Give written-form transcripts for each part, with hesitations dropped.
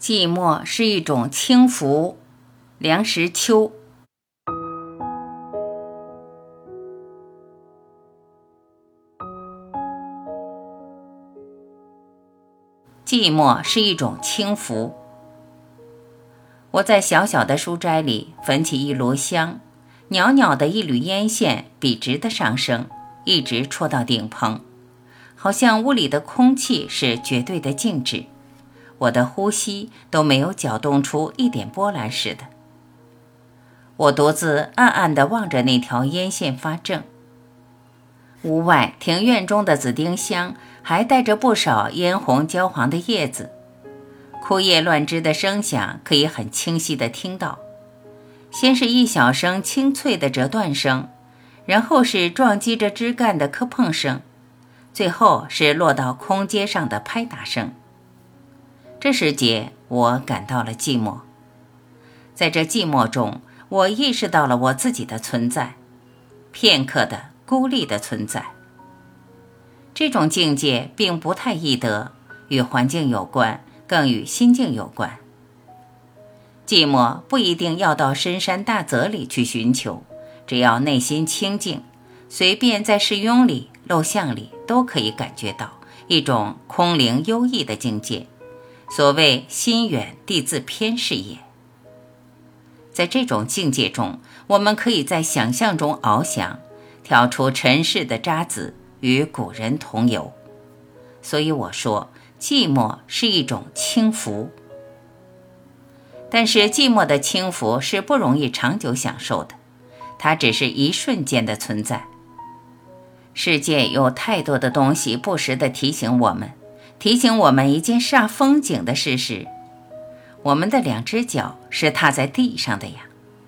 寂寞是一种轻浮，梁实秋。寂寞是一种轻浮。我在小小的书斋里焚起一炉香，袅袅的一缕烟线笔直的上升，一直戳到顶棚，好像屋里的空气是绝对的静止，我的呼吸都没有搅动出一点波澜似的。我独自暗暗地望着那条烟线发怔。屋外庭院中的紫丁香还带着不少嫣红焦黄的叶子，枯叶乱枝的声响可以很清晰地听到。先是一小声清脆的折断声，然后是撞击着枝干的磕碰声，最后是落到空阶上的拍打声。这时节，我感到了寂寞。在这寂寞中，我意识到了我自己的存在，片刻的孤立的存在。这种境界并不太易得，与环境有关，更与心境有关。寂寞不一定要到深山大泽里去寻求，只要内心清静，随便在市庸里、陋巷里都可以感觉到一种空灵幽逸的境界。所谓心远地自偏是也。在这种境界中，我们可以在想象中翱翔，跳出尘世的渣滓，与古人同游。所以我说，寂寞是一种轻浮。但是寂寞的轻浮是不容易长久享受的，它只是一瞬间的存在。世界有太多的东西不时地提醒我们一件煞风景的事实。我们的两只脚是踏在地上的呀。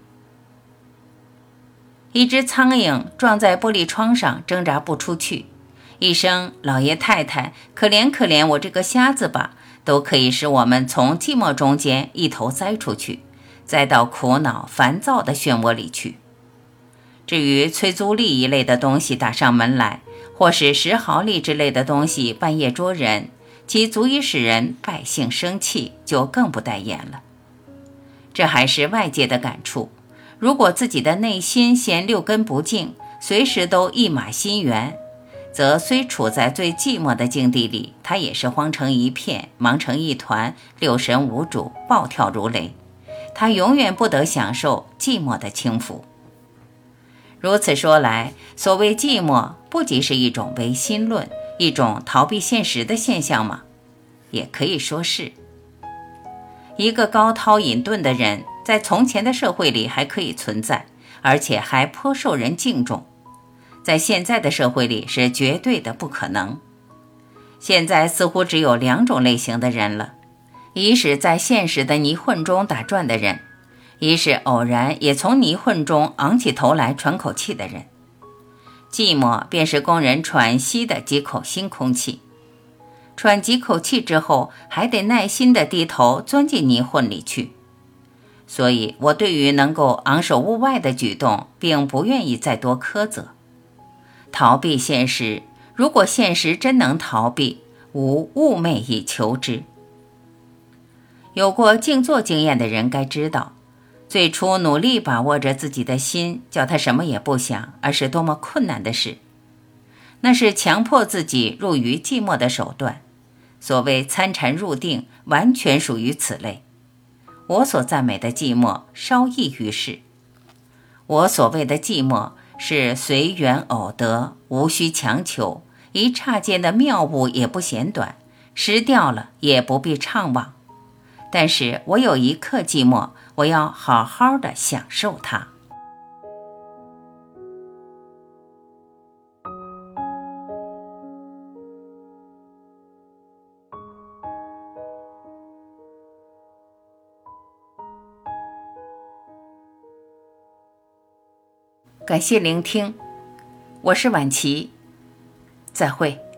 一只苍蝇撞在玻璃窗上，挣扎不出去，一声老爷太太，可怜可怜我这个瞎子吧，都可以使我们从寂寞中间一头栽出去，栽到苦恼烦躁的漩涡里去。至于催租吏一类的东西打上门来，或是10毫吏之类的东西半夜捉人，其足以使人百姓生气，就更不待言了。这还是外界的感触，如果自己的内心嫌六根不净，随时都一马心猿，则虽处在最寂寞的境地里，他也是慌成一片，忙成一团，六神无主，暴跳如雷，他永远不得享受寂寞的轻浮。如此说来，所谓寂寞不即是一种唯心论，一种逃避现实的现象吗？也可以说是。一个高韬隐遁的人，在从前的社会里还可以存在，而且还颇受人敬重，在现在的社会里是绝对的不可能。现在似乎只有2种类型的人了，一是在现实的泥混中打转的人，一是偶然也从泥混中昂起头来喘口气的人。寂寞便是供人喘息的几口新空气，喘几口气之后，还得耐心地低头钻进泥混里去。所以我对于能够昂首物外的举动，并不愿意再多苛责。逃避现实，如果现实真能逃避，无寤寐以求之。有过静坐经验的人该知道，最初努力把握着自己的心，叫他什么也不想，而是多么困难的事。那是强迫自己入于寂寞的手段，所谓参禅入定，完全属于此类。我所赞美的寂寞稍异于是。我所谓的寂寞是随缘偶得，无需强求，一刹间的妙物也不嫌短，失掉了也不必怅望。但是我有一刻寂寞，我要好好的享受它。感谢聆听，我是婉琪，再会。